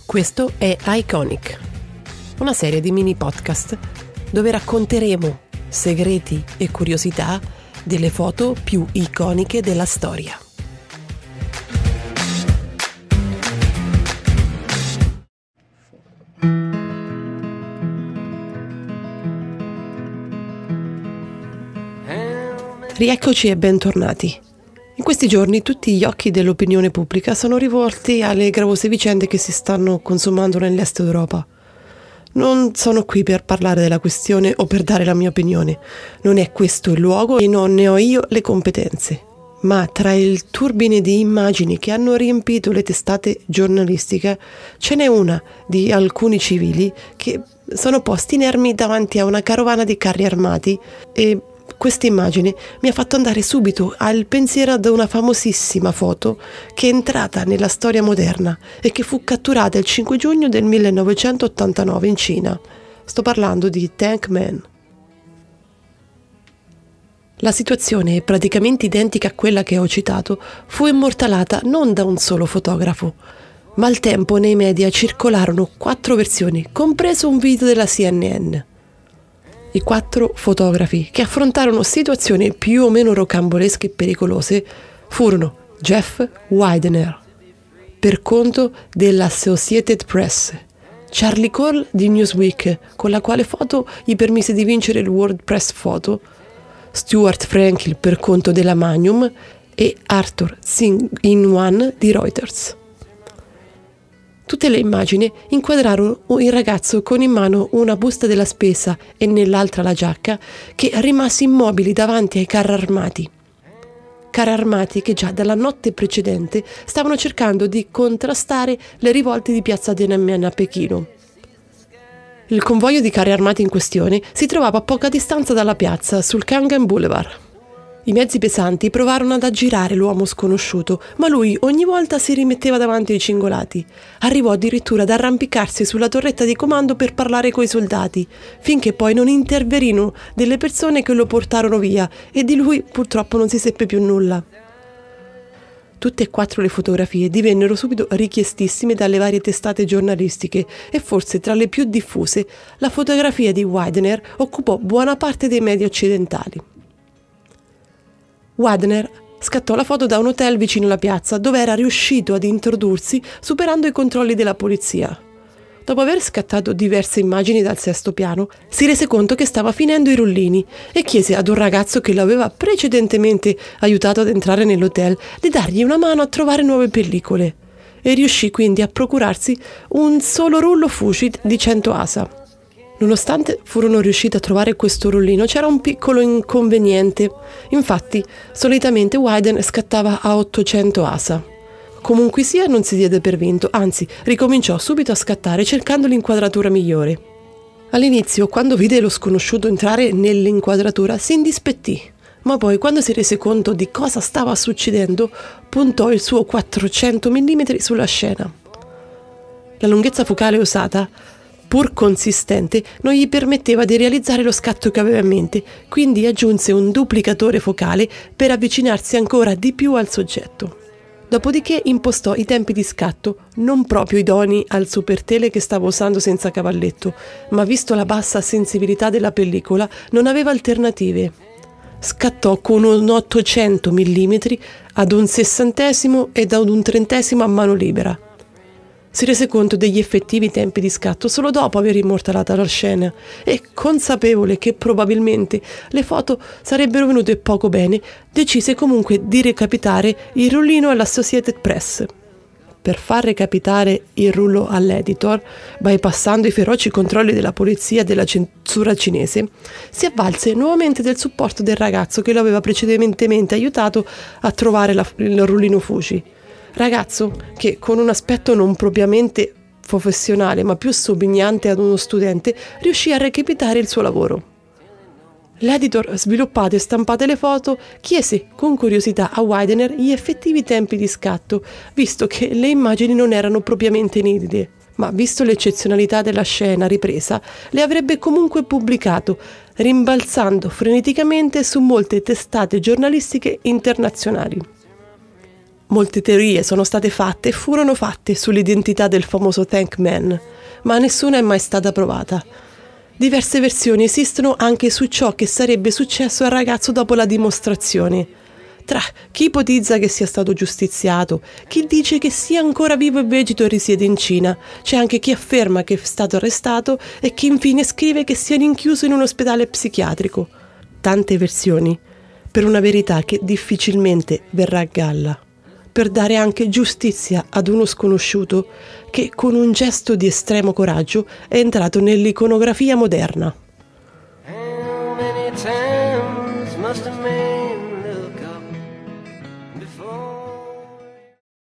Questo è Iconic, una serie di mini podcast dove racconteremo segreti e curiosità delle foto più iconiche della storia. Rieccoci e bentornati. In questi giorni tutti gli occhi dell'opinione pubblica sono rivolti alle gravose vicende che si stanno consumando nell'est Europa. Non sono qui per parlare della questione o per dare la mia opinione. Non è questo il luogo e non ne ho io le competenze. Ma tra il turbine di immagini che hanno riempito le testate giornalistiche, ce n'è una di alcuni civili che sono posti inermi davanti a una carovana di carri armati e questa immagine mi ha fatto andare subito al pensiero ad una famosissima foto che è entrata nella storia moderna e che fu catturata il 5 giugno del 1989 in Cina. Sto parlando di Tank Man. La situazione è praticamente identica a quella che ho citato, fu immortalata non da un solo fotografo, ma al tempo nei media circolarono 4 versioni, compreso un video della CNN. I 4 fotografi che affrontarono situazioni più o meno rocambolesche e pericolose furono Jeff Widener, per conto dell'Associated Press, Charlie Cole di Newsweek, con la quale foto gli permise di vincere il World Press Photo, Stuart Frankel per conto della Magnum e Arthur Singh-Inwan di Reuters. Tutte le immagini inquadrarono il ragazzo con in mano una busta della spesa e nell'altra la giacca, che rimase immobili davanti ai carri armati. Carri armati che già dalla notte precedente stavano cercando di contrastare le rivolte di piazza Tiananmen a Pechino. Il convoglio di carri armati in questione si trovava a poca distanza dalla piazza, sul Kangen Boulevard. I mezzi pesanti provarono ad aggirare l'uomo sconosciuto, ma lui ogni volta si rimetteva davanti ai cingolati. Arrivò addirittura ad arrampicarsi sulla torretta di comando per parlare coi soldati, finché poi non intervenirono delle persone che lo portarono via e di lui purtroppo non si seppe più nulla. Tutte e 4 le fotografie divennero subito richiestissime dalle varie testate giornalistiche e forse tra le più diffuse la fotografia di Widener occupò buona parte dei media occidentali. Widener scattò la foto da un hotel vicino alla piazza dove era riuscito ad introdursi superando i controlli della polizia. Dopo aver scattato diverse immagini dal 6° piano, si rese conto che stava finendo i rullini e chiese ad un ragazzo che l'aveva precedentemente aiutato ad entrare nell'hotel di dargli una mano a trovare nuove pellicole e riuscì quindi a procurarsi un solo rullo Fuji di 100 ASA. Nonostante furono riusciti a trovare questo rullino, c'era un piccolo inconveniente. Infatti, solitamente Widener scattava a 800 ASA. Comunque sia, non si diede per vinto, anzi, ricominciò subito a scattare cercando l'inquadratura migliore. All'inizio, quando vide lo sconosciuto entrare nell'inquadratura, si indispettì, ma poi, quando si rese conto di cosa stava succedendo, puntò il suo 400 mm sulla scena. La lunghezza focale usata, pur consistente, non gli permetteva di realizzare lo scatto che aveva in mente, quindi aggiunse un duplicatore focale per avvicinarsi ancora di più al soggetto. Dopodiché impostò i tempi di scatto, non proprio idonei al super tele che stava usando senza cavalletto, ma visto la bassa sensibilità della pellicola non aveva alternative. Scattò con un 800 mm ad un 60° ed ad un 30° a mano libera. Si rese conto degli effettivi tempi di scatto solo dopo aver immortalata la scena e, consapevole che probabilmente le foto sarebbero venute poco bene, decise comunque di recapitare il rullino all'Associated Press. Per far recapitare il rullo all'editor, bypassando i feroci controlli della polizia e della censura cinese, si avvalse nuovamente del supporto del ragazzo che lo aveva precedentemente aiutato a trovare il rullino Fuji. Ragazzo che, con un aspetto non propriamente professionale ma più somigliante ad uno studente, riuscì a recapitare il suo lavoro. L'editor, sviluppate e stampate le foto, chiese con curiosità a Widener gli effettivi tempi di scatto, visto che le immagini non erano propriamente nitide, ma visto l'eccezionalità della scena ripresa, le avrebbe comunque pubblicato, rimbalzando freneticamente su molte testate giornalistiche internazionali. Molte teorie sono state fatte e furono fatte sull'identità del famoso Tank Man, ma nessuna è mai stata provata. Diverse versioni esistono anche su ciò che sarebbe successo al ragazzo dopo la dimostrazione. Tra chi ipotizza che sia stato giustiziato, chi dice che sia ancora vivo e vegeto e risiede in Cina, c'è anche chi afferma che è stato arrestato e chi infine scrive che sia rinchiuso in un ospedale psichiatrico. Tante versioni, per una verità che difficilmente verrà a galla, per dare anche giustizia ad uno sconosciuto che con un gesto di estremo coraggio è entrato nell'iconografia moderna.